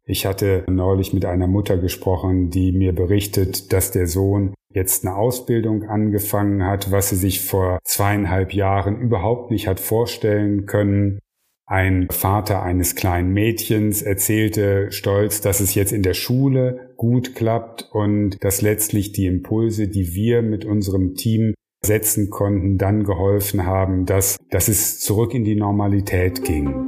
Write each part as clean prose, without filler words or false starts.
Ich hatte neulich mit einer Mutter gesprochen, die mir berichtet, dass der Sohn jetzt eine Ausbildung angefangen hat, was sie sich vor 2,5 Jahren überhaupt nicht hat vorstellen können. Ein Vater eines kleinen Mädchens erzählte stolz, dass es jetzt in der Schule gut klappt und dass letztlich die Impulse, die wir mit unserem Team setzen konnten, dann geholfen haben, dass es zurück in die Normalität ging.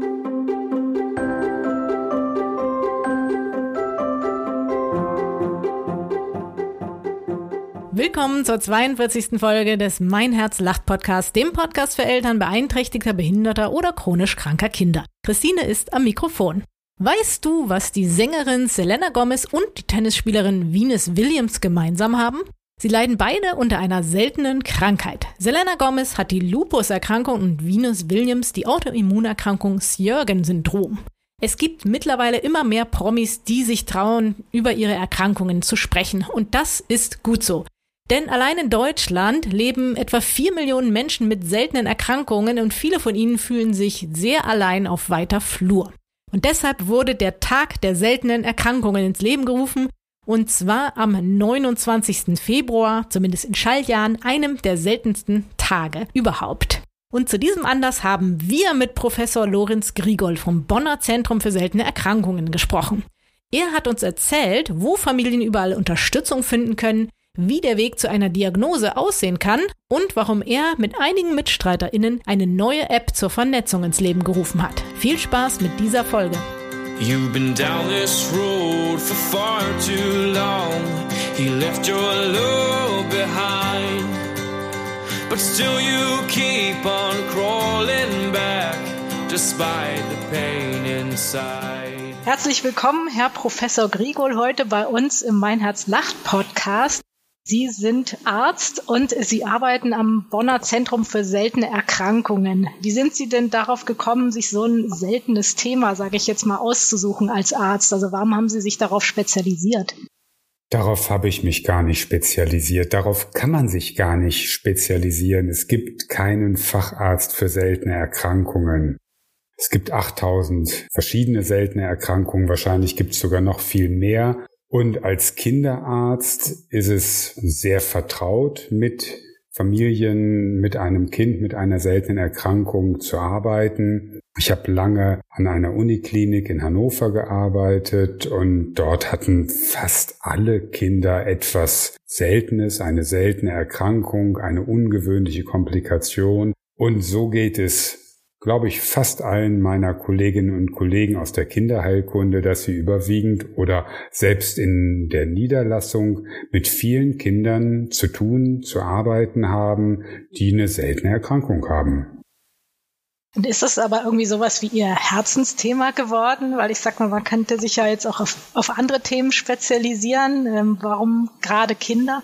Willkommen zur 42. Folge des Mein Herz lacht Podcast, dem Podcast für Eltern beeinträchtigter, behinderter oder chronisch kranker Kinder. Christine ist am Mikrofon. Weißt du, was die Sängerin Selena Gomez und die Tennisspielerin Venus Williams gemeinsam haben? Sie leiden beide unter einer seltenen Krankheit. Selena Gomez hat die Lupus-Erkrankung und Venus Williams die Autoimmunerkrankung Sjögren-Syndrom. Es gibt mittlerweile immer mehr Promis, die sich trauen, über ihre Erkrankungen zu sprechen. Und das ist gut so. Denn allein in Deutschland leben etwa 4 Millionen Menschen mit seltenen Erkrankungen und viele von ihnen fühlen sich sehr allein auf weiter Flur. Und deshalb wurde der Tag der seltenen Erkrankungen ins Leben gerufen, und zwar am 29. Februar, zumindest in Schalljahren, einem der seltensten Tage überhaupt. Und zu diesem Anlass haben wir mit Professor Lorenz Grigol vom Bonner Zentrum für seltene Erkrankungen gesprochen. Er hat uns erzählt, wo Familien überall Unterstützung finden können, wie der Weg zu einer Diagnose aussehen kann und warum er mit einigen MitstreiterInnen eine neue App zur Vernetzung ins Leben gerufen hat. Viel Spaß mit dieser Folge. You've been down this road for far too long. He left your love behind. But still you keep on crawling back despite the pain inside. Herzlich willkommen, Herr Professor Grigol, heute bei uns im Mein Herz lacht Podcast. Sie sind Arzt und Sie arbeiten am Bonner Zentrum für seltene Erkrankungen. Wie sind Sie denn darauf gekommen, sich so ein seltenes Thema, sage ich jetzt mal, auszusuchen als Arzt? Also warum haben Sie sich darauf spezialisiert? Darauf habe ich mich gar nicht spezialisiert. Darauf kann man sich gar nicht spezialisieren. Es gibt keinen Facharzt für seltene Erkrankungen. Es gibt 8000 verschiedene seltene Erkrankungen. Wahrscheinlich gibt es sogar noch viel mehr. Und als Kinderarzt ist es sehr vertraut, mit Familien, mit einem Kind mit einer seltenen Erkrankung zu arbeiten. Ich habe lange an einer Uniklinik in Hannover gearbeitet und dort hatten fast alle Kinder etwas Seltenes, eine seltene Erkrankung, eine ungewöhnliche Komplikation. Und so geht es, glaube ich, fast allen meiner Kolleginnen und Kollegen aus der Kinderheilkunde, dass sie überwiegend oder selbst in der Niederlassung mit vielen Kindern zu tun, zu arbeiten haben, die eine seltene Erkrankung haben. Und ist das aber irgendwie sowas wie Ihr Herzensthema geworden? Weil ich sag mal, man könnte sich ja jetzt auch auf andere Themen spezialisieren. Warum gerade Kinder?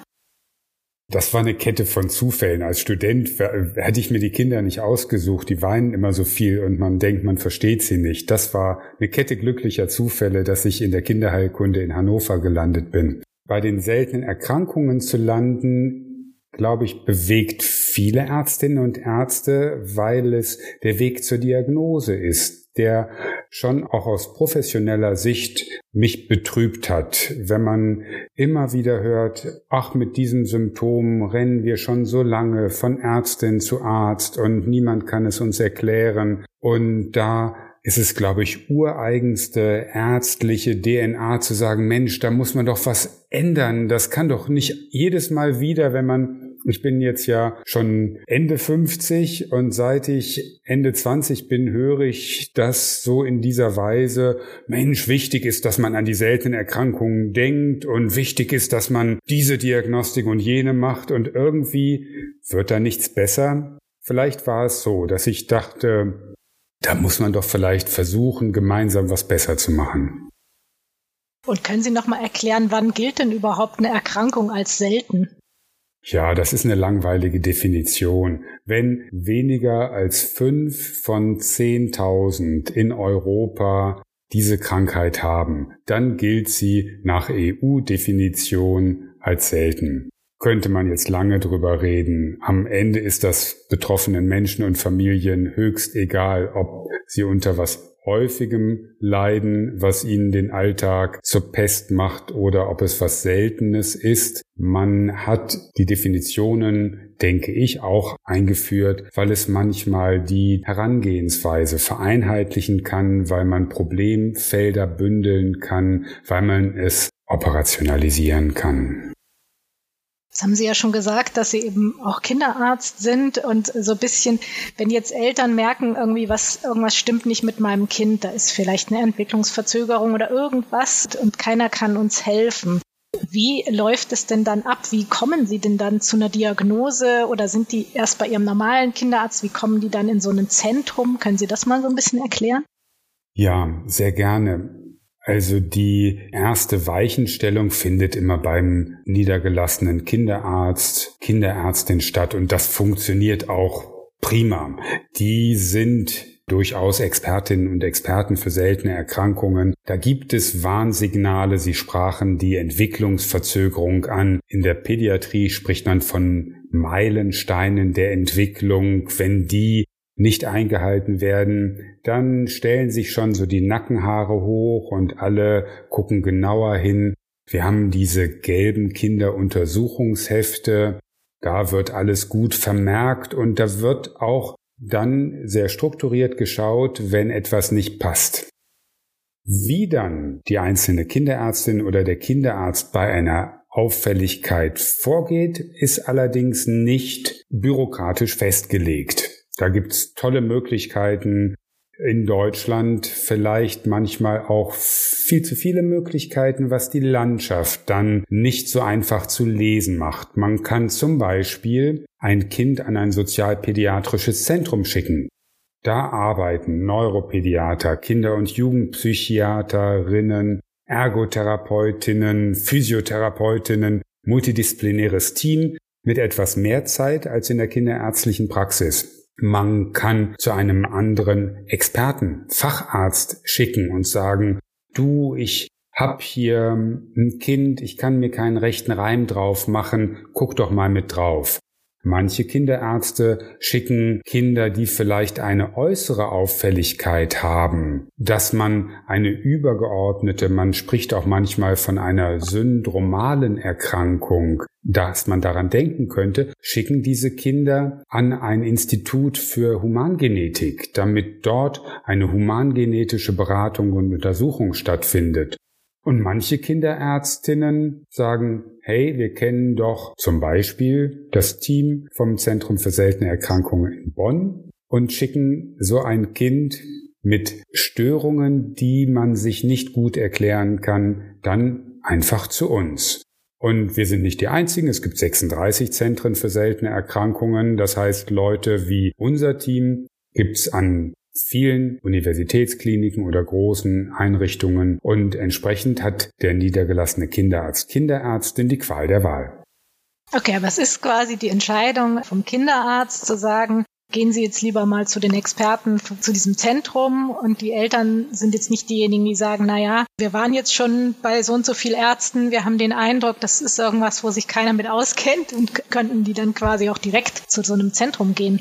Das war eine Kette von Zufällen. Als Student hätte ich mir die Kinder nicht ausgesucht. Die weinen immer so viel und man denkt, man versteht sie nicht. Das war eine Kette glücklicher Zufälle, dass ich in der Kinderheilkunde in Hannover gelandet bin. Bei den seltenen Erkrankungen zu landen, glaube ich, bewegt viele Ärztinnen und Ärzte, weil es der Weg zur Diagnose ist, der schon auch aus professioneller Sicht mich betrübt hat. Wenn man immer wieder hört, ach, mit diesen Symptomen rennen wir schon so lange von Ärztin zu Arzt und niemand kann es uns erklären. Und da ist es, glaube ich, ureigenste ärztliche DNA zu sagen, Mensch, da muss man doch was ändern. Das kann doch nicht jedes Mal wieder, ich bin jetzt ja schon Ende 50 und seit ich Ende 20 bin, höre ich das so in dieser Weise, Mensch, wichtig ist, dass man an die seltenen Erkrankungen denkt und wichtig ist, dass man diese Diagnostik und jene macht und irgendwie wird da nichts besser. Vielleicht war es so, dass ich dachte, da muss man doch vielleicht versuchen, gemeinsam was besser zu machen. Und können Sie noch mal erklären, wann gilt denn überhaupt eine Erkrankung als selten? Ja, das ist eine langweilige Definition. Wenn weniger als 5 von 10.000 in Europa diese Krankheit haben, dann gilt sie nach EU-Definition als selten. könnte man jetzt lange drüber reden. Am Ende ist das betroffenen Menschen und Familien höchst egal, ob sie unter was Häufigem leiden, was ihnen den Alltag zur Pest macht, oder ob es was Seltenes ist. Man hat die Definitionen, denke ich, auch eingeführt, weil es manchmal die Herangehensweise vereinheitlichen kann, weil man Problemfelder bündeln kann, weil man es operationalisieren kann. Das haben Sie ja schon gesagt, dass Sie eben auch Kinderarzt sind und so ein bisschen, wenn jetzt Eltern merken, irgendwas stimmt nicht mit meinem Kind, da ist vielleicht eine Entwicklungsverzögerung oder irgendwas und keiner kann uns helfen. Wie läuft es denn dann ab? Wie kommen Sie denn dann zu einer Diagnose oder sind die erst bei Ihrem normalen Kinderarzt? Wie kommen die dann in so ein Zentrum? Können Sie das mal so ein bisschen erklären? Ja, sehr gerne. Also die erste Weichenstellung findet immer beim niedergelassenen Kinderarzt, Kinderärztin statt und das funktioniert auch prima. Die sind durchaus Expertinnen und Experten für seltene Erkrankungen. Da gibt es Warnsignale. Sie sprachen die Entwicklungsverzögerung an. In der Pädiatrie spricht man von Meilensteinen der Entwicklung. Wenn die nicht eingehalten werden, dann stellen sich schon so die Nackenhaare hoch und alle gucken genauer hin. Wir haben diese gelben Kinderuntersuchungshefte, da wird alles gut vermerkt und da wird auch dann sehr strukturiert geschaut, wenn etwas nicht passt. Wie dann die einzelne Kinderärztin oder der Kinderarzt bei einer Auffälligkeit vorgeht, ist allerdings nicht bürokratisch festgelegt. Da gibt's tolle Möglichkeiten in Deutschland, vielleicht manchmal auch viel zu viele Möglichkeiten, was die Landschaft dann nicht so einfach zu lesen macht. Man kann zum Beispiel ein Kind an ein sozialpädiatrisches Zentrum schicken. Da arbeiten Neuropädiater, Kinder- und Jugendpsychiaterinnen, Ergotherapeutinnen, Physiotherapeutinnen, multidisziplinäres Team mit etwas mehr Zeit als in der kinderärztlichen Praxis. Man kann zu einem anderen Experten, Facharzt schicken und sagen, du, ich hab hier ein Kind, ich kann mir keinen rechten Reim drauf machen, guck doch mal mit drauf. Manche Kinderärzte schicken Kinder, die vielleicht eine äußere Auffälligkeit haben, dass man eine übergeordnete, man spricht auch manchmal von einer syndromalen Erkrankung, dass man daran denken könnte, schicken diese Kinder an ein Institut für Humangenetik, damit dort eine humangenetische Beratung und Untersuchung stattfindet. Und manche Kinderärztinnen sagen, hey, wir kennen doch zum Beispiel das Team vom Zentrum für seltene Erkrankungen in Bonn und schicken so ein Kind mit Störungen, die man sich nicht gut erklären kann, dann einfach zu uns. Und wir sind nicht die einzigen, es gibt 36 Zentren für seltene Erkrankungen, das heißt Leute wie unser Team gibt's an vielen Universitätskliniken oder großen Einrichtungen und entsprechend hat der niedergelassene Kinderarzt, Kinderärztin die Qual der Wahl. Okay, aber es ist quasi die Entscheidung vom Kinderarzt zu sagen, gehen Sie jetzt lieber mal zu den Experten, zu diesem Zentrum und die Eltern sind jetzt nicht diejenigen, die sagen, naja, wir waren jetzt schon bei so und so viel Ärzten, wir haben den Eindruck, das ist irgendwas, wo sich keiner mit auskennt und könnten die dann quasi auch direkt zu so einem Zentrum gehen.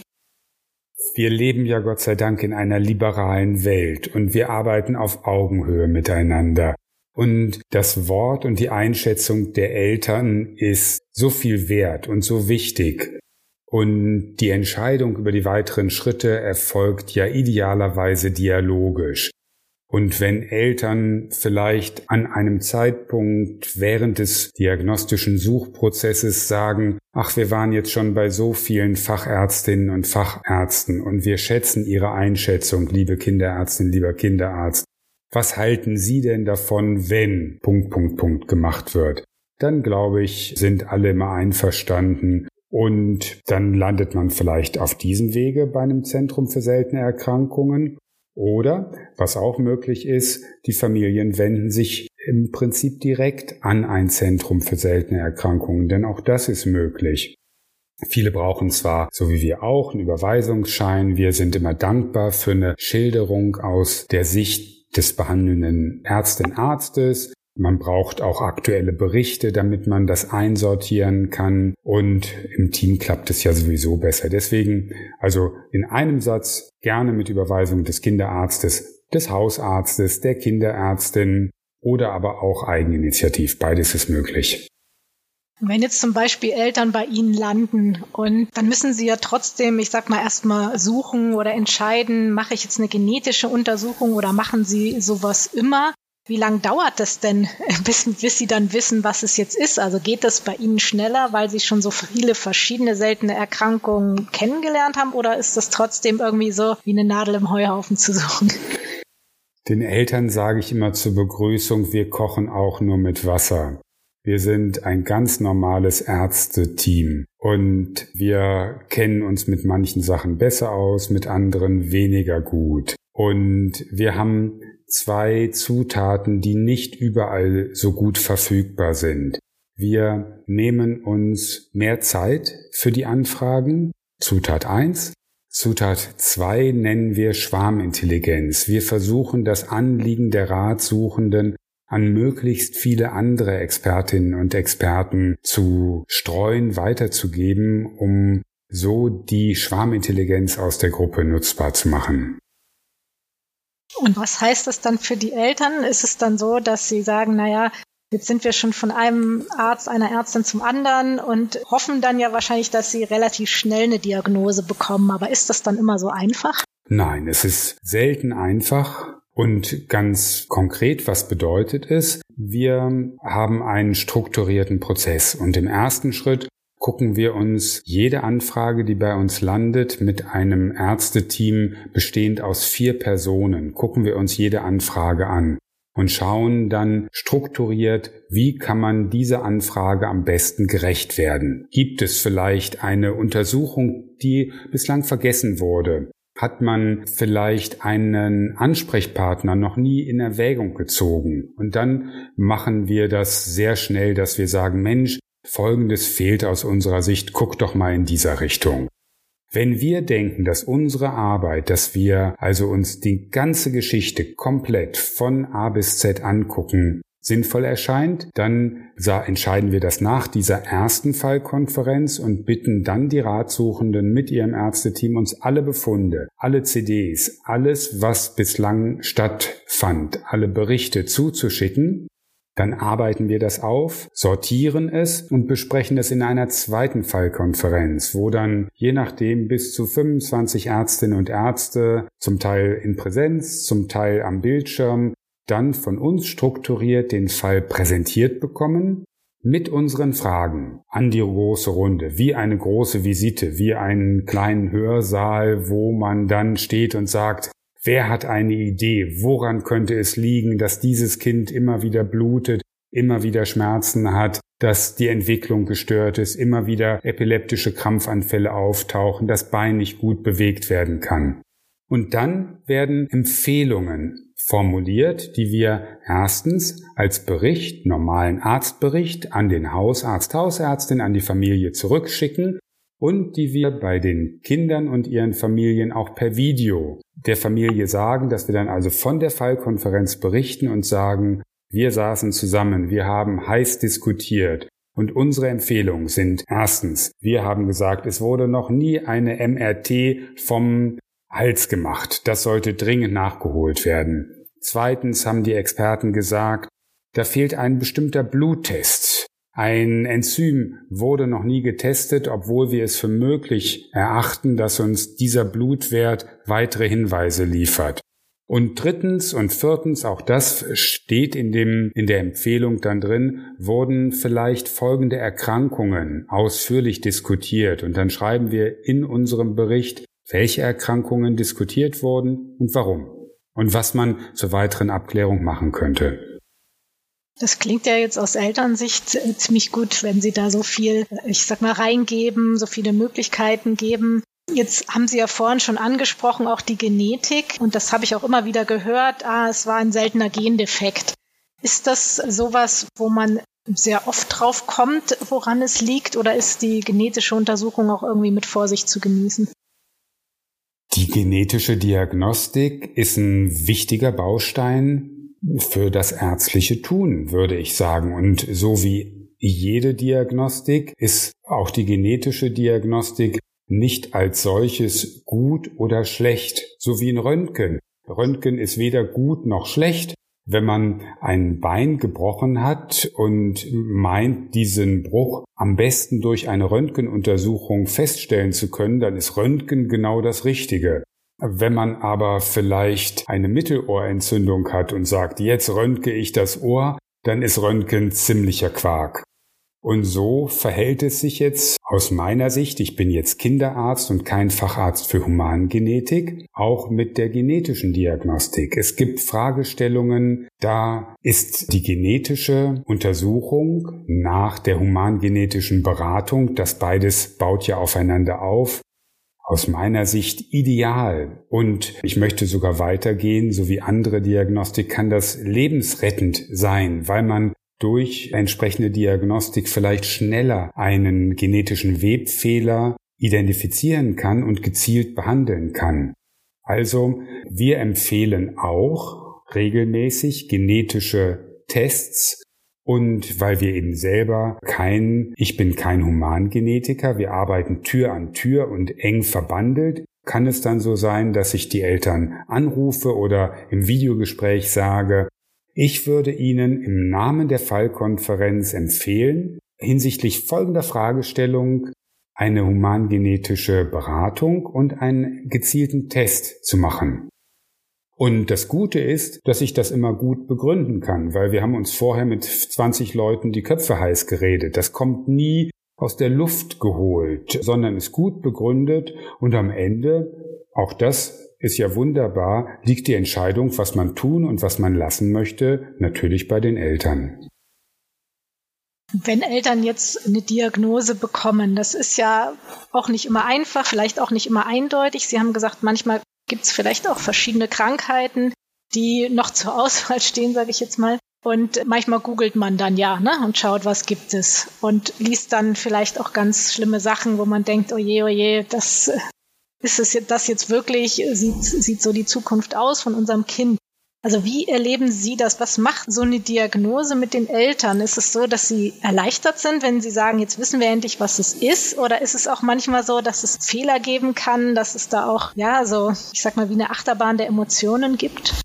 Wir leben ja Gott sei Dank in einer liberalen Welt und wir arbeiten auf Augenhöhe miteinander. Und das Wort und die Einschätzung der Eltern ist so viel wert und so wichtig. Und die Entscheidung über die weiteren Schritte erfolgt ja idealerweise dialogisch. Und wenn Eltern vielleicht an einem Zeitpunkt während des diagnostischen Suchprozesses sagen, ach, wir waren jetzt schon bei so vielen Fachärztinnen und Fachärzten und wir schätzen Ihre Einschätzung, liebe Kinderärztin, lieber Kinderarzt. Was halten Sie denn davon, wenn ... gemacht wird? Dann glaube ich, sind alle immer einverstanden. Und dann landet man vielleicht auf diesem Wege bei einem Zentrum für seltene Erkrankungen. Oder, was auch möglich ist, die Familien wenden sich im Prinzip direkt an ein Zentrum für seltene Erkrankungen, denn auch das ist möglich. Viele brauchen zwar, so wie wir auch, einen Überweisungsschein. Wir sind immer dankbar für eine Schilderung aus der Sicht des behandelnden Arztes. Man braucht auch aktuelle Berichte, damit man das einsortieren kann. Und im Team klappt es ja sowieso besser. Deswegen also in einem Satz gerne mit Überweisung des Kinderarztes, des Hausarztes, der Kinderärztin oder aber auch Eigeninitiativ. Beides ist möglich. Wenn jetzt zum Beispiel Eltern bei Ihnen landen und dann müssen Sie ja trotzdem, ich sag mal, erstmal suchen oder entscheiden, mache ich jetzt eine genetische Untersuchung oder machen Sie sowas immer? Wie lange dauert das denn, bis Sie dann wissen, was es jetzt ist? Also geht das bei Ihnen schneller, weil Sie schon so viele verschiedene seltene Erkrankungen kennengelernt haben oder ist das trotzdem irgendwie so wie eine Nadel im Heuhaufen zu suchen? Den Eltern sage ich immer zur Begrüßung, wir kochen auch nur mit Wasser. Wir sind ein ganz normales Ärzteteam und wir kennen uns mit manchen Sachen besser aus, mit anderen weniger gut. Und wir haben 2 Zutaten, die nicht überall so gut verfügbar sind. Wir nehmen uns mehr Zeit für die Anfragen, Zutat 1. Zutat 2 nennen wir Schwarmintelligenz. Wir versuchen, das Anliegen der Ratsuchenden an möglichst viele andere Expertinnen und Experten zu streuen, weiterzugeben, um so die Schwarmintelligenz aus der Gruppe nutzbar zu machen. Und was heißt das dann für die Eltern? Ist es dann so, dass sie sagen, naja, jetzt sind wir schon von einem Arzt, einer Ärztin zum anderen und hoffen dann ja wahrscheinlich, dass sie relativ schnell eine Diagnose bekommen. Aber ist das dann immer so einfach? Nein, es ist selten einfach. Und ganz konkret, was bedeutet es? Wir haben einen strukturierten Prozess und im ersten Schritt gucken wir uns jede Anfrage, die bei uns landet, mit einem Ärzteteam bestehend aus 4 Personen, gucken wir uns jede Anfrage an und schauen dann strukturiert, wie kann man dieser Anfrage am besten gerecht werden. Gibt es vielleicht eine Untersuchung, die bislang vergessen wurde? Hat man vielleicht einen Ansprechpartner noch nie in Erwägung gezogen? Und dann machen wir das sehr schnell, dass wir sagen, Mensch, Folgendes fehlt aus unserer Sicht, guck doch mal in dieser Richtung. Wenn wir denken, dass unsere Arbeit, dass wir also uns die ganze Geschichte komplett von A bis Z angucken, sinnvoll erscheint, dann entscheiden wir das nach dieser ersten Fallkonferenz und bitten dann die Ratsuchenden mit ihrem Ärzteteam uns alle Befunde, alle CDs, alles, was bislang stattfand, alle Berichte zuzuschicken. Dann arbeiten wir das auf, sortieren es und besprechen es in einer zweiten Fallkonferenz, wo dann je nachdem bis zu 25 Ärztinnen und Ärzte, zum Teil in Präsenz, zum Teil am Bildschirm, dann von uns strukturiert den Fall präsentiert bekommen, mit unseren Fragen an die große Runde, wie eine große Visite, wie einen kleinen Hörsaal, wo man dann steht und sagt, wer hat eine Idee, woran könnte es liegen, dass dieses Kind immer wieder blutet, immer wieder Schmerzen hat, dass die Entwicklung gestört ist, immer wieder epileptische Krampfanfälle auftauchen, das Bein nicht gut bewegt werden kann. Und dann werden Empfehlungen formuliert, die wir erstens als Bericht, normalen Arztbericht, an den Hausarzt, Hausärztin, an die Familie zurückschicken und die wir bei den Kindern und ihren Familien auch per Video der Familie sagen, dass wir dann also von der Fallkonferenz berichten und sagen, wir saßen zusammen, wir haben heiß diskutiert und unsere Empfehlungen sind erstens, wir haben gesagt, es wurde noch nie eine MRT vom Hals gemacht. Das sollte dringend nachgeholt werden. Zweitens haben die Experten gesagt, da fehlt ein bestimmter Bluttest. Ein Enzym wurde noch nie getestet, obwohl wir es für möglich erachten, dass uns dieser Blutwert weitere Hinweise liefert. Und drittens und viertens, auch das steht in der Empfehlung dann drin, wurden vielleicht folgende Erkrankungen ausführlich diskutiert. Und dann schreiben wir in unserem Bericht, welche Erkrankungen diskutiert wurden und warum. Und was man zur weiteren Abklärung machen könnte. Das klingt ja jetzt aus Elternsicht ziemlich gut, wenn Sie da so viel, ich sag mal, reingeben, so viele Möglichkeiten geben. Jetzt haben Sie ja vorhin schon angesprochen, auch die Genetik. Und das habe ich auch immer wieder gehört. Es war ein seltener Gendefekt. Ist das sowas, wo man sehr oft drauf kommt, woran es liegt? Oder ist die genetische Untersuchung auch irgendwie mit Vorsicht zu genießen? Die genetische Diagnostik ist ein wichtiger Baustein für das ärztliche Tun, würde ich sagen. Und so wie jede Diagnostik ist auch die genetische Diagnostik nicht als solches gut oder schlecht, so wie ein Röntgen. Röntgen ist weder gut noch schlecht. Wenn man ein Bein gebrochen hat und meint, diesen Bruch am besten durch eine Röntgenuntersuchung feststellen zu können, dann ist Röntgen genau das Richtige. Wenn man aber vielleicht eine Mittelohrentzündung hat und sagt, jetzt röntge ich das Ohr, dann ist Röntgen ziemlicher Quark. Und so verhält es sich jetzt aus meiner Sicht, ich bin jetzt Kinderarzt und kein Facharzt für Humangenetik, auch mit der genetischen Diagnostik. Es gibt Fragestellungen, da ist die genetische Untersuchung nach der humangenetischen Beratung, das beides baut ja aufeinander auf, aus meiner Sicht ideal. Und ich möchte sogar weitergehen, so wie andere Diagnostik kann das lebensrettend sein, weil man durch entsprechende Diagnostik vielleicht schneller einen genetischen Webfehler identifizieren kann und gezielt behandeln kann. Also wir empfehlen auch regelmäßig genetische Tests und weil wir eben selber ich bin kein Humangenetiker, wir arbeiten Tür an Tür und eng verbandelt, kann es dann so sein, dass ich die Eltern anrufe oder im Videogespräch sage, ich würde Ihnen im Namen der Fallkonferenz empfehlen, hinsichtlich folgender Fragestellung eine humangenetische Beratung und einen gezielten Test zu machen. Und das Gute ist, dass ich das immer gut begründen kann, weil wir haben uns vorher mit 20 Leuten die Köpfe heiß geredet. Das kommt nie aus der Luft geholt, sondern ist gut begründet und am Ende, auch das ist ja wunderbar, liegt die Entscheidung, was man tun und was man lassen möchte, natürlich bei den Eltern. Wenn Eltern jetzt eine Diagnose bekommen, das ist ja auch nicht immer einfach, vielleicht auch nicht immer eindeutig. Sie haben gesagt, manchmal gibt es vielleicht auch verschiedene Krankheiten, die noch zur Auswahl stehen, sage ich jetzt mal. Und manchmal googelt man dann und schaut, was gibt es. Und liest dann vielleicht auch ganz schlimme Sachen, wo man denkt, oje, das jetzt wirklich, sieht so die Zukunft aus von unserem Kind. Also wie erleben Sie das? Was macht so eine Diagnose mit den Eltern? Ist es so, dass sie erleichtert sind, wenn sie sagen, jetzt wissen wir endlich, was es ist? Oder ist es auch manchmal so, dass es Fehler geben kann, dass es da auch, ich sag mal, wie eine Achterbahn der Emotionen gibt?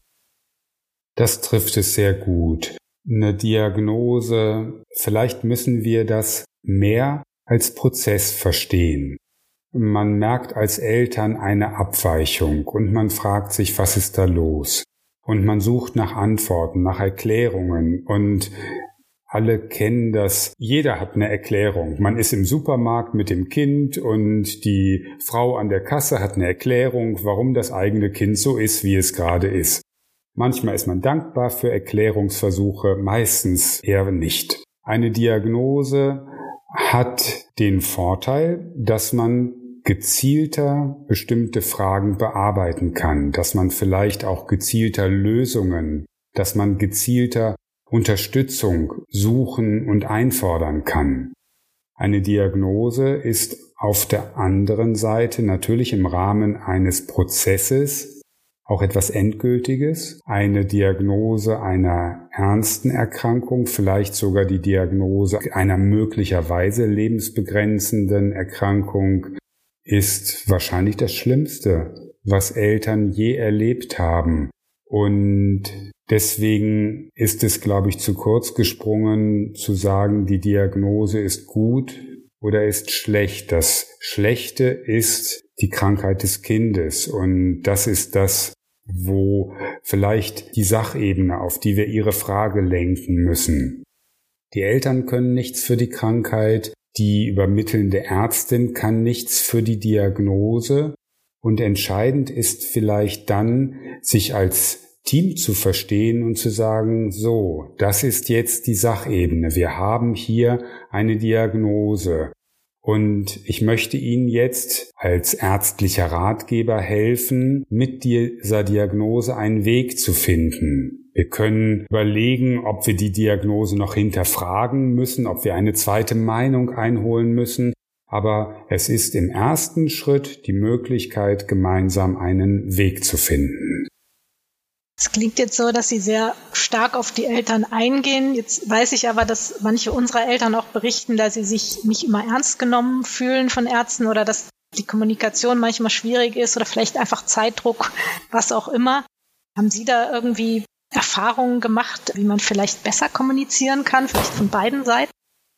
Das trifft es sehr gut. Eine Diagnose, vielleicht müssen wir das mehr als Prozess verstehen. Man merkt als Eltern eine Abweichung und man fragt sich, was ist da los? Und man sucht nach Antworten, nach Erklärungen und alle kennen das. Jeder hat eine Erklärung. Man ist im Supermarkt mit dem Kind und die Frau an der Kasse hat eine Erklärung, warum das eigene Kind so ist, wie es gerade ist. Manchmal ist man dankbar für Erklärungsversuche, meistens eher nicht. Eine Diagnose hat den Vorteil, dass man gezielter bestimmte Fragen bearbeiten kann, dass man vielleicht auch gezielter Lösungen, dass man gezielter Unterstützung suchen und einfordern kann. Eine Diagnose ist auf der anderen Seite natürlich im Rahmen eines Prozesses auch etwas Endgültiges. Eine Diagnose einer ernsten Erkrankung, vielleicht sogar die Diagnose einer möglicherweise lebensbegrenzenden Erkrankung, ist wahrscheinlich das Schlimmste, was Eltern je erlebt haben. Und deswegen ist es, glaube ich, zu kurz gesprungen, zu sagen, die Diagnose ist gut oder ist schlecht. Das Schlechte ist die Krankheit des Kindes. Und das ist das, wo vielleicht die Sachebene, auf die wir Ihre Frage lenken müssen. Die Eltern können nichts für die Krankheit. Die übermittelnde Ärztin kann nichts für die Diagnose und entscheidend ist vielleicht dann, sich als Team zu verstehen und zu sagen, so, das ist jetzt die Sachebene, wir haben hier eine Diagnose und ich möchte Ihnen jetzt als ärztlicher Ratgeber helfen, mit dieser Diagnose einen Weg zu finden. Wir können überlegen, ob wir die Diagnose noch hinterfragen müssen, ob wir eine zweite Meinung einholen müssen. Aber es ist im ersten Schritt die Möglichkeit, gemeinsam einen Weg zu finden. Es klingt jetzt so, dass Sie sehr stark auf die Eltern eingehen. Jetzt weiß ich aber, dass manche unserer Eltern auch berichten, dass sie sich nicht immer ernst genommen fühlen von Ärzten oder dass die Kommunikation manchmal schwierig ist oder vielleicht einfach Zeitdruck, was auch immer. Haben Sie da irgendwie Erfahrungen gemacht, wie man vielleicht besser kommunizieren kann, vielleicht von beiden Seiten?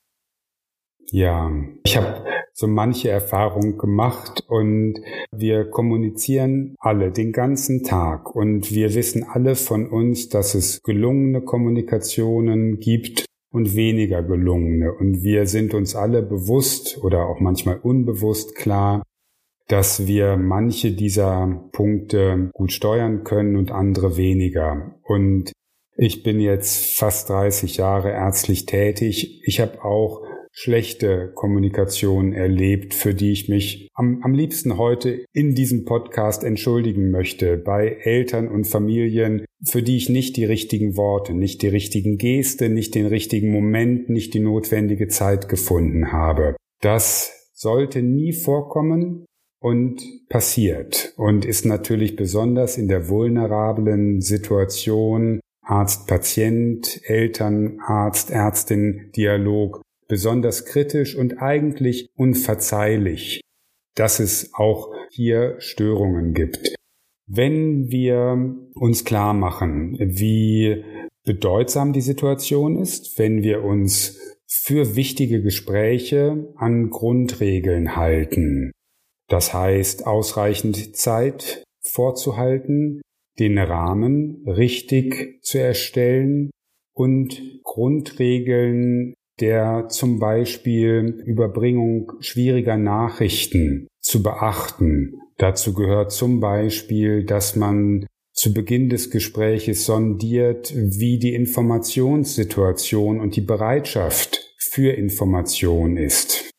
Ja, ich habe so manche Erfahrung gemacht und wir kommunizieren alle den ganzen Tag und wir wissen alle von uns, dass es gelungene Kommunikationen gibt und weniger gelungene und wir sind uns alle bewusst oder auch manchmal unbewusst klar, dass wir manche dieser Punkte gut steuern können und andere weniger. Und ich bin jetzt fast 30 Jahre ärztlich tätig. Ich habe auch schlechte Kommunikation erlebt, für die ich mich am liebsten heute in diesem Podcast entschuldigen möchte, bei Eltern und Familien, für die ich nicht die richtigen Worte, nicht die richtigen Geste, nicht den richtigen Moment, nicht die notwendige Zeit gefunden habe. Das sollte nie vorkommen und passiert und ist natürlich besonders in der vulnerablen Situation Arzt-Patient, Eltern, Arzt, Ärztin, Dialog besonders kritisch und eigentlich unverzeihlich, dass es auch hier Störungen gibt. Wenn wir uns klar machen, wie bedeutsam die Situation ist, wenn wir uns für wichtige Gespräche an Grundregeln halten, das heißt ausreichend Zeit vorzuhalten, den Rahmen richtig zu erstellen und Grundregeln der zum Beispiel Überbringung schwieriger Nachrichten zu beachten. Dazu gehört zum Beispiel, dass man zu Beginn des Gespräches sondiert, wie die Informationssituation und die Bereitschaft für Information ist.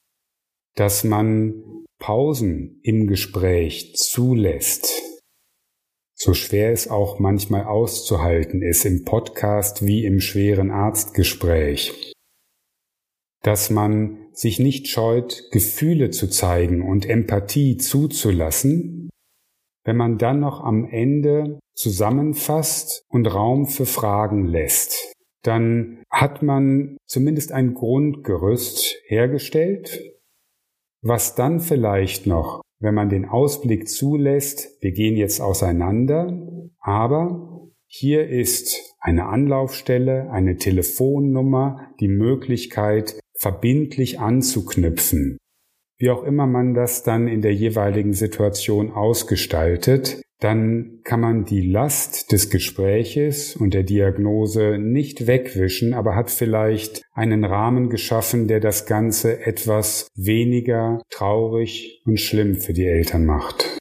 Dass man Pausen im Gespräch zulässt. So schwer es auch manchmal auszuhalten ist im Podcast wie im schweren Arztgespräch. Dass man sich nicht scheut, Gefühle zu zeigen und Empathie zuzulassen, wenn man dann noch am Ende zusammenfasst und Raum für Fragen lässt, dann hat man zumindest ein Grundgerüst hergestellt, was dann vielleicht noch, wenn man den Ausblick zulässt, wir gehen jetzt auseinander, aber hier ist eine Anlaufstelle, eine Telefonnummer, die Möglichkeit, verbindlich anzuknüpfen. Wie auch immer man das dann in der jeweiligen Situation ausgestaltet, dann kann man die Last des Gespräches und der Diagnose nicht wegwischen, aber hat vielleicht einen Rahmen geschaffen, der das Ganze etwas weniger traurig und schlimm für die Eltern macht.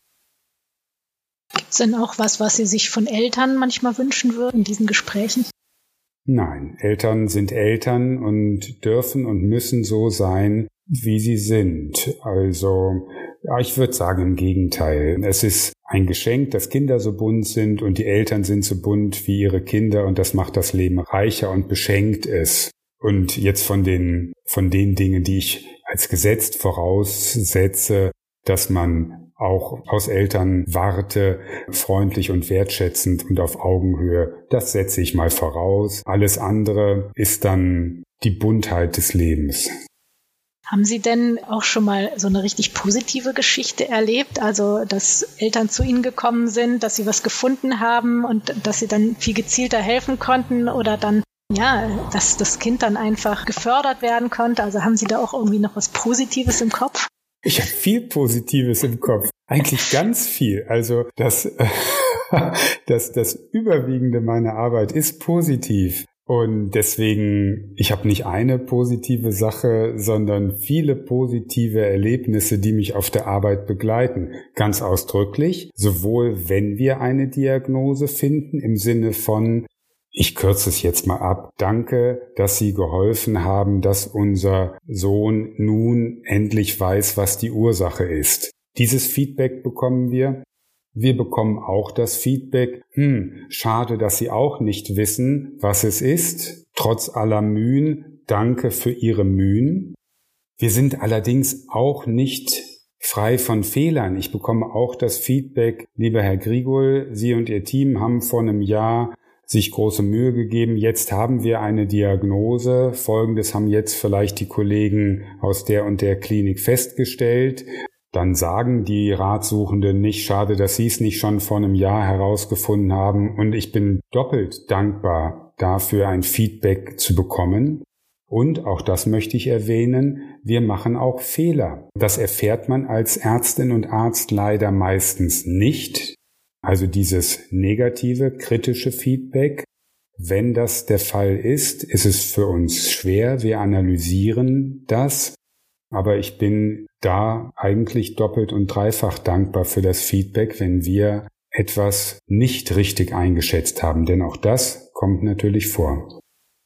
Gibt es denn auch was Sie sich von Eltern manchmal wünschen würden in diesen Gesprächen? Nein, Eltern sind Eltern und dürfen und müssen so sein, wie sie sind. Also, ja, ich würde sagen im Gegenteil. Es ist ein Geschenk, dass Kinder so bunt sind und die Eltern sind so bunt wie ihre Kinder und das macht das Leben reicher und beschenkt es. Und jetzt von den Dingen, die ich als gesetzt voraussetze, dass man auch aus Elternwarte freundlich und wertschätzend und auf Augenhöhe, das setze ich mal voraus. Alles andere ist dann die Buntheit des Lebens. Haben Sie denn auch schon mal so eine richtig positive Geschichte erlebt? Also, dass Eltern zu Ihnen gekommen sind, dass sie was gefunden haben und dass Sie dann viel gezielter helfen konnten oder dann, ja, dass das Kind dann einfach gefördert werden konnte? Also haben Sie da auch irgendwie noch was Positives im Kopf? Ich habe viel Positives im Kopf. Eigentlich ganz viel. Also das Überwiegende meiner Arbeit ist positiv. Und deswegen, ich habe nicht eine positive Sache, sondern viele positive Erlebnisse, die mich auf der Arbeit begleiten. Ganz ausdrücklich, sowohl wenn wir eine Diagnose finden, im Sinne von, ich kürze es jetzt mal ab, danke, dass Sie geholfen haben, dass unser Sohn nun endlich weiß, was die Ursache ist. Dieses Feedback bekommen wir. Wir bekommen auch das Feedback, schade, dass Sie auch nicht wissen, was es ist. Trotz aller Mühen, danke für Ihre Mühen. Wir sind allerdings auch nicht frei von Fehlern. Ich bekomme auch das Feedback, lieber Herr Grigol, Sie und Ihr Team haben vor einem Jahr sich große Mühe gegeben. Jetzt haben wir eine Diagnose. Folgendes haben jetzt vielleicht die Kollegen aus der und der Klinik festgestellt. Dann sagen die Ratsuchenden nicht, schade, dass Sie es nicht schon vor einem Jahr herausgefunden haben. Und ich bin doppelt dankbar dafür, ein Feedback zu bekommen. Und, auch das möchte ich erwähnen, wir machen auch Fehler. Das erfährt man als Ärztin und Arzt leider meistens nicht. Also dieses negative, kritische Feedback. Wenn das der Fall ist, ist es für uns schwer. Wir analysieren das. Aber ich bin da eigentlich doppelt und dreifach dankbar für das Feedback, wenn wir etwas nicht richtig eingeschätzt haben. Denn auch das kommt natürlich vor.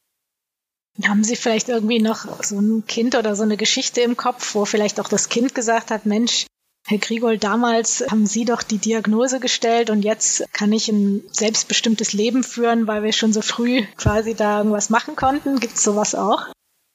Haben Sie vielleicht irgendwie noch so ein Kind oder so eine Geschichte im Kopf, wo vielleicht auch das Kind gesagt hat, Mensch, Herr Grigol, damals haben Sie doch die Diagnose gestellt und jetzt kann ich ein selbstbestimmtes Leben führen, weil wir schon so früh quasi da irgendwas machen konnten? Gibt es sowas auch?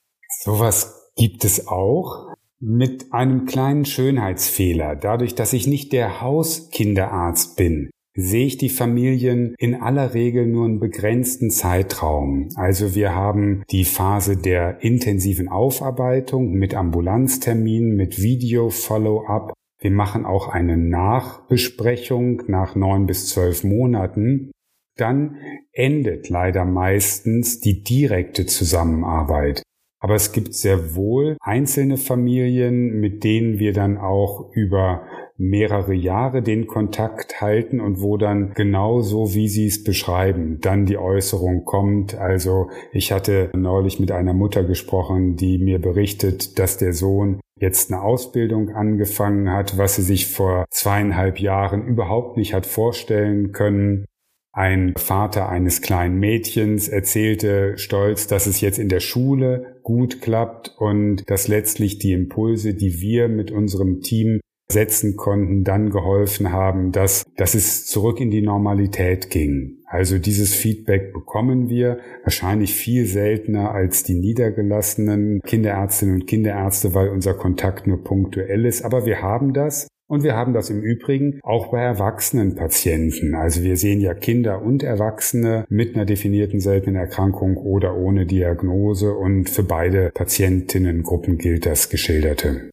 Sowas gibt es auch. Mit einem kleinen Schönheitsfehler. Dadurch, dass ich nicht der Hauskinderarzt bin, sehe ich die Familien in aller Regel nur einen begrenzten Zeitraum. Also wir haben die Phase der intensiven Aufarbeitung mit Ambulanzterminen, mit Video-Follow-up. Wir machen auch eine Nachbesprechung nach 9 bis 12 Monaten. Dann endet leider meistens die direkte Zusammenarbeit. Aber es gibt sehr wohl einzelne Familien, mit denen wir dann auch über mehrere Jahre den Kontakt halten und wo dann genau so, wie Sie es beschreiben, dann die Äußerung kommt. Also ich hatte neulich mit einer Mutter gesprochen, die mir berichtet, dass der Sohn jetzt eine Ausbildung angefangen hat, was sie sich vor 2,5 Jahren überhaupt nicht hat vorstellen können. Ein Vater eines kleinen Mädchens erzählte stolz, dass es jetzt in der Schule gut klappt und dass letztlich die Impulse, die wir mit unserem Team setzen konnten, dann geholfen haben, dass es zurück in die Normalität ging. Also dieses Feedback bekommen wir wahrscheinlich viel seltener als die niedergelassenen Kinderärztinnen und Kinderärzte, weil unser Kontakt nur punktuell ist. Aber wir haben das. Und wir haben das im Übrigen auch bei erwachsenen Patienten. Also wir sehen ja Kinder und Erwachsene mit einer definierten seltenen Erkrankung oder ohne Diagnose. Und für beide Patientinnengruppen gilt das Geschilderte.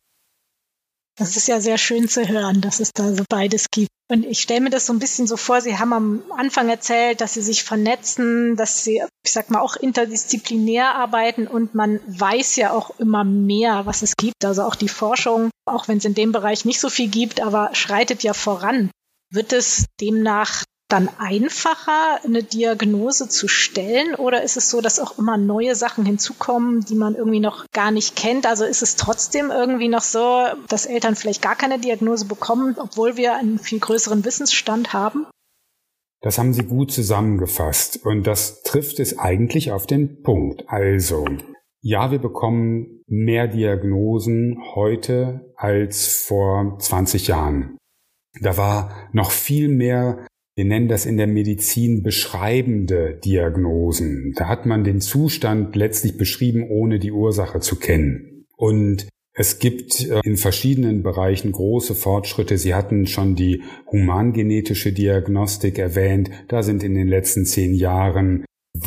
Das ist ja sehr schön zu hören, dass es da so beides gibt. Und ich stelle mir das so ein bisschen so vor, Sie haben am Anfang erzählt, dass Sie sich vernetzen, dass Sie, ich sag mal, auch interdisziplinär arbeiten und man weiß ja auch immer mehr, was es gibt. Also auch die Forschung, auch wenn es in dem Bereich nicht so viel gibt, aber schreitet ja voran. Wird es demnach dann einfacher, eine Diagnose zu stellen? Oder ist es so, dass auch immer neue Sachen hinzukommen, die man irgendwie noch gar nicht kennt? Also ist es trotzdem irgendwie noch so, dass Eltern vielleicht gar keine Diagnose bekommen, obwohl wir einen viel größeren Wissensstand haben? Das haben Sie gut zusammengefasst und das trifft es eigentlich auf den Punkt. Also, ja, wir bekommen mehr Diagnosen heute als vor 20 Jahren. Da war noch viel mehr, wir nennen das in der Medizin beschreibende Diagnosen. Da hat man den Zustand letztlich beschrieben, ohne die Ursache zu kennen. Und es gibt in verschiedenen Bereichen große Fortschritte. Sie hatten schon die humangenetische Diagnostik erwähnt. Da sind in den letzten 10 Jahren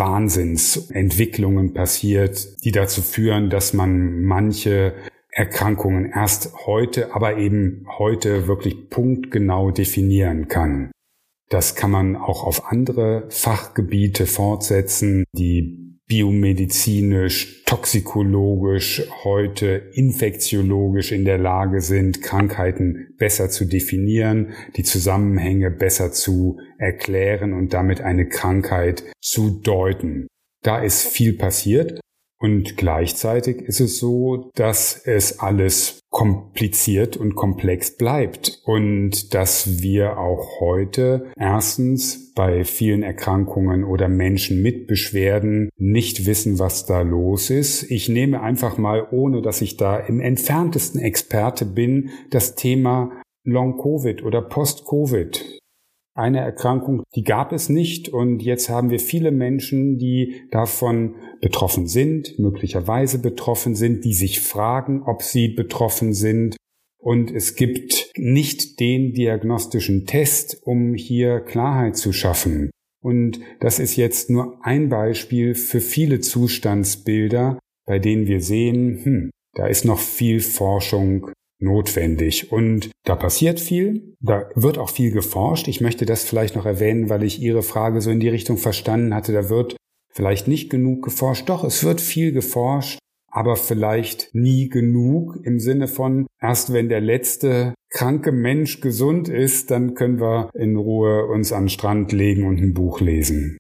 Wahnsinnsentwicklungen passiert, die dazu führen, dass man manche Erkrankungen erst heute, aber eben heute wirklich punktgenau definieren kann. Das kann man auch auf andere Fachgebiete fortsetzen, die biomedizinisch, toxikologisch, heute infektiologisch in der Lage sind, Krankheiten besser zu definieren, die Zusammenhänge besser zu erklären und damit eine Krankheit zu deuten. Da ist viel passiert. Und gleichzeitig ist es so, dass es alles kompliziert und komplex bleibt und dass wir auch heute erstens bei vielen Erkrankungen oder Menschen mit Beschwerden nicht wissen, was da los ist. Ich nehme einfach mal, ohne dass ich da im entferntesten Experte bin, das Thema Long-Covid oder Post-Covid. Eine Erkrankung, die gab es nicht und jetzt haben wir viele Menschen, die davon betroffen sind, möglicherweise betroffen sind, die sich fragen, ob sie betroffen sind und es gibt nicht den diagnostischen Test, um hier Klarheit zu schaffen. Und das ist jetzt nur ein Beispiel für viele Zustandsbilder, bei denen wir sehen, da ist noch viel Forschung notwendig. Und da passiert viel, da wird auch viel geforscht. Ich möchte das vielleicht noch erwähnen, weil ich Ihre Frage so in die Richtung verstanden hatte. Da wird vielleicht nicht genug geforscht. Doch, es wird viel geforscht, aber vielleicht nie genug im Sinne von, erst wenn der letzte kranke Mensch gesund ist, dann können wir in Ruhe uns an den Strand legen und ein Buch lesen.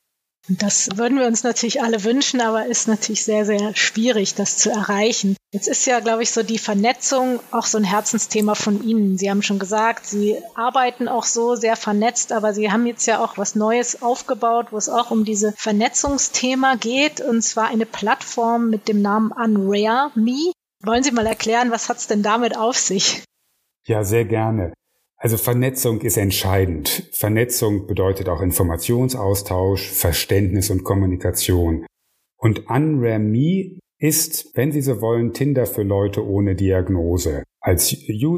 Das würden wir uns natürlich alle wünschen, aber ist natürlich sehr, sehr schwierig, das zu erreichen. Jetzt ist ja, glaube ich, so die Vernetzung auch so ein Herzensthema von Ihnen. Sie haben schon gesagt, Sie arbeiten auch so sehr vernetzt, aber Sie haben jetzt ja auch was Neues aufgebaut, wo es auch um diese Vernetzungsthema geht, und zwar eine Plattform mit dem Namen UnRare.me. Wollen Sie mal erklären, was hat's denn damit auf sich? Ja, sehr gerne. Also Vernetzung ist entscheidend. Vernetzung bedeutet auch Informationsaustausch, Verständnis und Kommunikation. Und UnRare.me ist, wenn Sie so wollen, Tinder für Leute ohne Diagnose. Als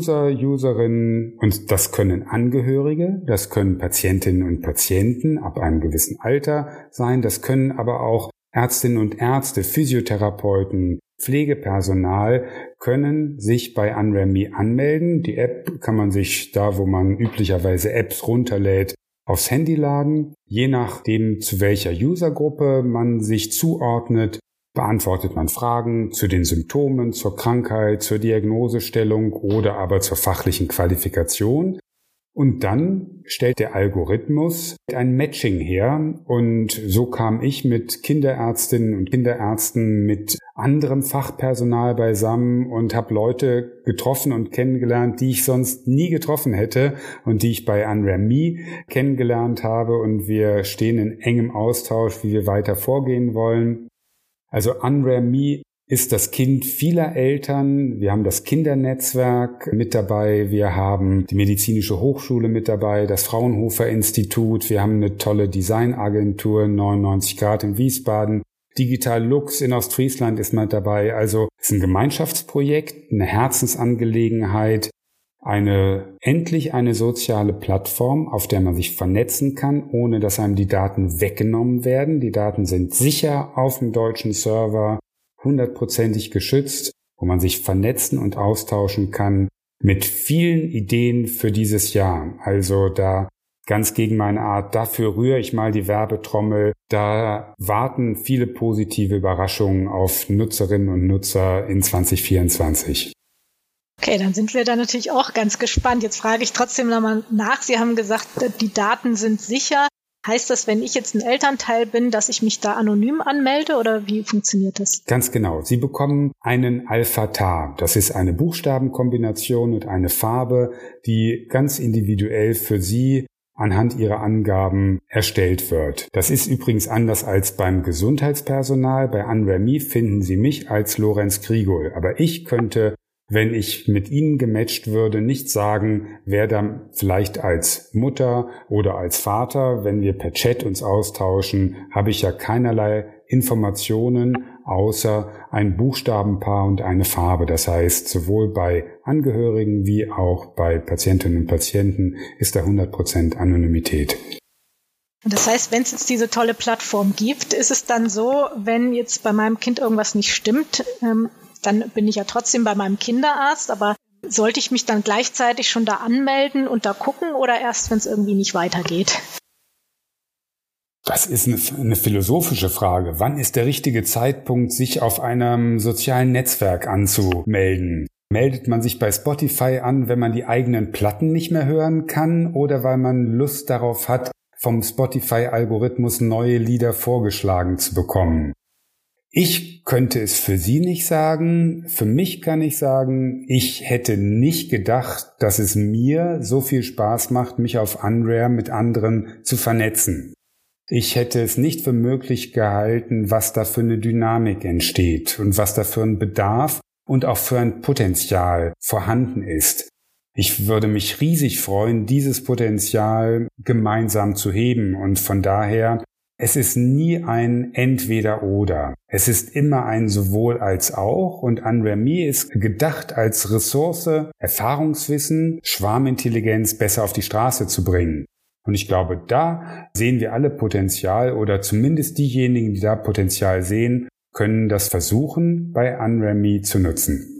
Userin, und das können Angehörige, das können Patientinnen und Patienten ab einem gewissen Alter sein, das können aber auch Ärztinnen und Ärzte, Physiotherapeuten, Pflegepersonal können sich bei UnRare.me anmelden. Die App kann man sich da, wo man üblicherweise Apps runterlädt, aufs Handy laden. Je nachdem, zu welcher Usergruppe man sich zuordnet, beantwortet man Fragen zu den Symptomen, zur Krankheit, zur Diagnosestellung oder aber zur fachlichen Qualifikation. Und dann stellt der Algorithmus ein Matching her, und so kam ich mit Kinderärztinnen und Kinderärzten, mit anderem Fachpersonal beisammen und habe Leute getroffen und kennengelernt, die ich sonst nie getroffen hätte und die ich bei UnRare.me kennengelernt habe, und wir stehen in engem Austausch, wie wir weiter vorgehen wollen. Also UnRare.me ist das Kind vieler Eltern. Wir haben das Kindernetzwerk mit dabei, wir haben die Medizinische Hochschule mit dabei, das Fraunhofer Institut, wir haben eine tolle Designagentur, 99 Grad in Wiesbaden, Digital Lux in Ostfriesland ist mit dabei. Also es ist ein Gemeinschaftsprojekt, eine Herzensangelegenheit, endlich eine soziale Plattform, auf der man sich vernetzen kann, ohne dass einem die Daten weggenommen werden. Die Daten sind sicher auf dem deutschen Server, 100%ig geschützt, wo man sich vernetzen und austauschen kann mit vielen Ideen für dieses Jahr. Also da ganz gegen meine Art, dafür rühre ich mal die Werbetrommel. Da warten viele positive Überraschungen auf Nutzerinnen und Nutzer in 2024. Okay, dann sind wir da natürlich auch ganz gespannt. Jetzt frage ich trotzdem nochmal nach. Sie haben gesagt, die Daten sind sicher. Heißt das, wenn ich jetzt ein Elternteil bin, dass ich mich da anonym anmelde, oder wie funktioniert das? Ganz genau. Sie bekommen einen Alphatar. Das ist eine Buchstabenkombination und eine Farbe, die ganz individuell für Sie anhand Ihrer Angaben erstellt wird. Das ist übrigens anders als beim Gesundheitspersonal. Bei UnRare.me finden Sie mich als Lorenz Grigol. Aber ich könnte, wenn ich mit Ihnen gematcht würde, nicht sagen, wer da vielleicht als Mutter oder als Vater, wenn wir per Chat uns austauschen, habe ich ja keinerlei Informationen außer ein Buchstabenpaar und eine Farbe. Das heißt, sowohl bei Angehörigen wie auch bei Patientinnen und Patienten ist da 100% Anonymität. Das heißt, wenn es jetzt diese tolle Plattform gibt, ist es dann so, wenn jetzt bei meinem Kind irgendwas nicht stimmt, dann bin ich ja trotzdem bei meinem Kinderarzt, aber sollte ich mich dann gleichzeitig schon da anmelden und da gucken, oder erst, wenn es irgendwie nicht weitergeht? Das ist eine philosophische Frage. Wann ist der richtige Zeitpunkt, sich auf einem sozialen Netzwerk anzumelden? Meldet man sich bei Spotify an, wenn man die eigenen Platten nicht mehr hören kann, oder weil man Lust darauf hat, vom Spotify-Algorithmus neue Lieder vorgeschlagen zu bekommen? Ich könnte es für Sie nicht sagen. Für mich kann ich sagen, ich hätte nicht gedacht, dass es mir so viel Spaß macht, mich auf UnRare mit anderen zu vernetzen. Ich hätte es nicht für möglich gehalten, was da für eine Dynamik entsteht und was da für ein Bedarf und auch für ein Potenzial vorhanden ist. Ich würde mich riesig freuen, dieses Potenzial gemeinsam zu heben, und von daher Es ist nie ein Entweder-Oder. Es ist immer ein Sowohl als auch und UnRare.me ist gedacht als Ressource, Erfahrungswissen, Schwarmintelligenz besser auf die Straße zu bringen. Und ich glaube, da sehen wir alle Potenzial oder zumindest diejenigen, die da Potenzial sehen, können das versuchen, bei UnRare.me zu nutzen.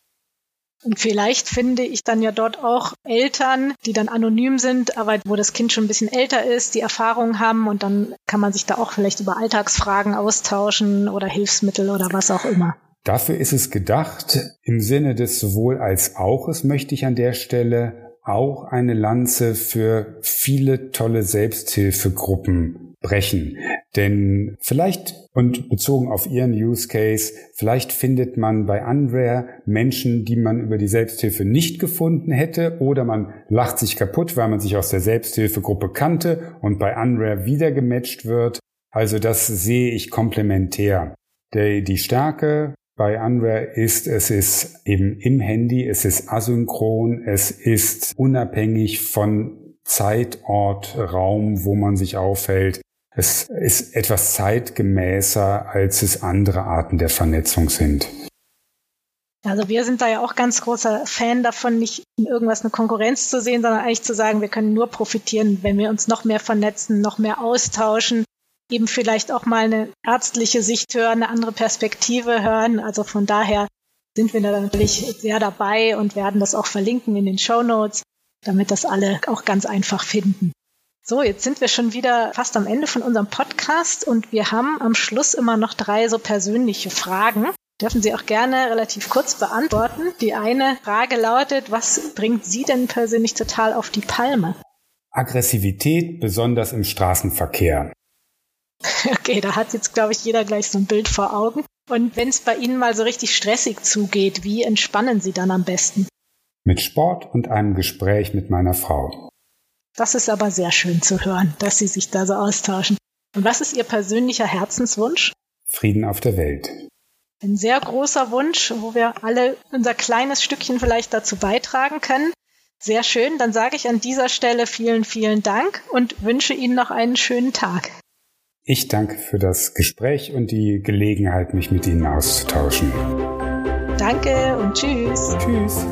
Und vielleicht finde ich dann ja dort auch Eltern, die dann anonym sind, aber wo das Kind schon ein bisschen älter ist, die Erfahrung haben und dann kann man sich da auch vielleicht über Alltagsfragen austauschen oder Hilfsmittel oder was auch immer. Dafür ist es gedacht. Im Sinne des sowohl als auches möchte ich an der Stelle auch eine Lanze für viele tolle Selbsthilfegruppen brechen. Denn vielleicht, und bezogen auf Ihren Use Case, vielleicht findet man bei UnRare Menschen, die man über die Selbsthilfe nicht gefunden hätte, oder man lacht sich kaputt, weil man sich aus der Selbsthilfegruppe kannte und bei UnRare wieder gematcht wird. Also das sehe ich komplementär. Die Stärke bei UnRare ist, es ist eben im Handy, es ist asynchron, es ist unabhängig von Zeit, Ort, Raum, wo man sich aufhält. Es ist etwas zeitgemäßer, als es andere Arten der Vernetzung sind. Also wir sind da ja auch ganz großer Fan davon, nicht in irgendwas eine Konkurrenz zu sehen, sondern eigentlich zu sagen, wir können nur profitieren, wenn wir uns noch mehr vernetzen, noch mehr austauschen, eben vielleicht auch mal eine ärztliche Sicht hören, eine andere Perspektive hören. Also von daher sind wir da natürlich sehr dabei und werden das auch verlinken in den Shownotes, damit das alle auch ganz einfach finden. So, jetzt sind wir schon wieder fast am Ende von unserem Podcast und wir haben am Schluss immer noch 3 so persönliche Fragen. Dürfen Sie auch gerne relativ kurz beantworten. Die eine Frage lautet, was bringt Sie denn persönlich total auf die Palme? Aggressivität, besonders im Straßenverkehr. Okay, da hat jetzt, glaube ich, jeder gleich so ein Bild vor Augen. Und wenn es bei Ihnen mal so richtig stressig zugeht, wie entspannen Sie dann am besten? Mit Sport und einem Gespräch mit meiner Frau. Das ist aber sehr schön zu hören, dass Sie sich da so austauschen. Und was ist Ihr persönlicher Herzenswunsch? Frieden auf der Welt. Ein sehr großer Wunsch, wo wir alle unser kleines Stückchen vielleicht dazu beitragen können. Sehr schön, dann sage ich an dieser Stelle vielen, vielen Dank und wünsche Ihnen noch einen schönen Tag. Ich danke für das Gespräch und die Gelegenheit, mich mit Ihnen auszutauschen. Danke und tschüss. Tschüss.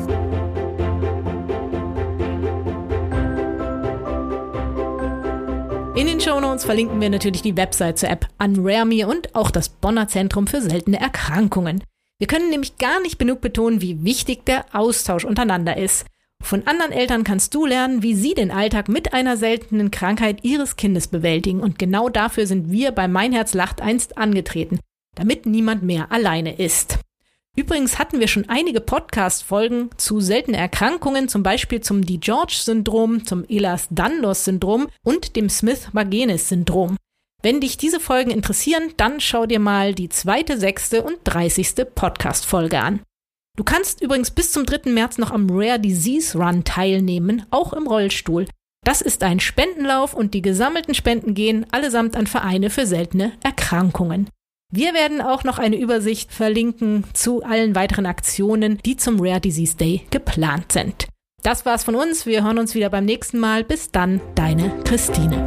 In den Shownotes verlinken wir natürlich die Website zur App UnRare.me und auch das Bonner Zentrum für seltene Erkrankungen. Wir können nämlich gar nicht genug betonen, wie wichtig der Austausch untereinander ist. Von anderen Eltern kannst du lernen, wie sie den Alltag mit einer seltenen Krankheit ihres Kindes bewältigen. Und genau dafür sind wir bei Mein Herz lacht einst angetreten, damit niemand mehr alleine ist. Übrigens hatten wir schon einige Podcast-Folgen zu seltenen Erkrankungen, zum Beispiel zum DiGeorge-Syndrom, zum Ehlers-Danlos-Syndrom und dem Smith-Magenis-Syndrom. Wenn dich diese Folgen interessieren, dann schau dir mal die 2., 6. und 30. Podcast-Folge an. Du kannst übrigens bis zum 3. März noch am Rare Disease Run teilnehmen, auch im Rollstuhl. Das ist ein Spendenlauf und die gesammelten Spenden gehen allesamt an Vereine für seltene Erkrankungen. Wir werden auch noch eine Übersicht verlinken zu allen weiteren Aktionen, die zum Rare Disease Day geplant sind. Das war's von uns. Wir hören uns wieder beim nächsten Mal. Bis dann, deine Christine.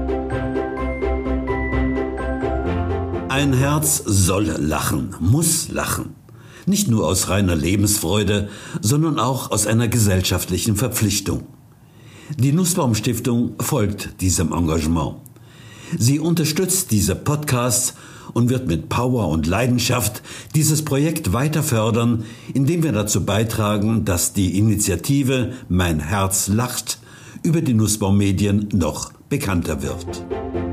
Ein Herz soll lachen, muss lachen. Nicht nur aus reiner Lebensfreude, sondern auch aus einer gesellschaftlichen Verpflichtung. Die Nussbaum Stiftung folgt diesem Engagement. Sie unterstützt diese Podcasts und wird mit Power und Leidenschaft dieses Projekt weiter fördern, indem wir dazu beitragen, dass die Initiative Mein Herz lacht über die Nussbaum Medien noch bekannter wird.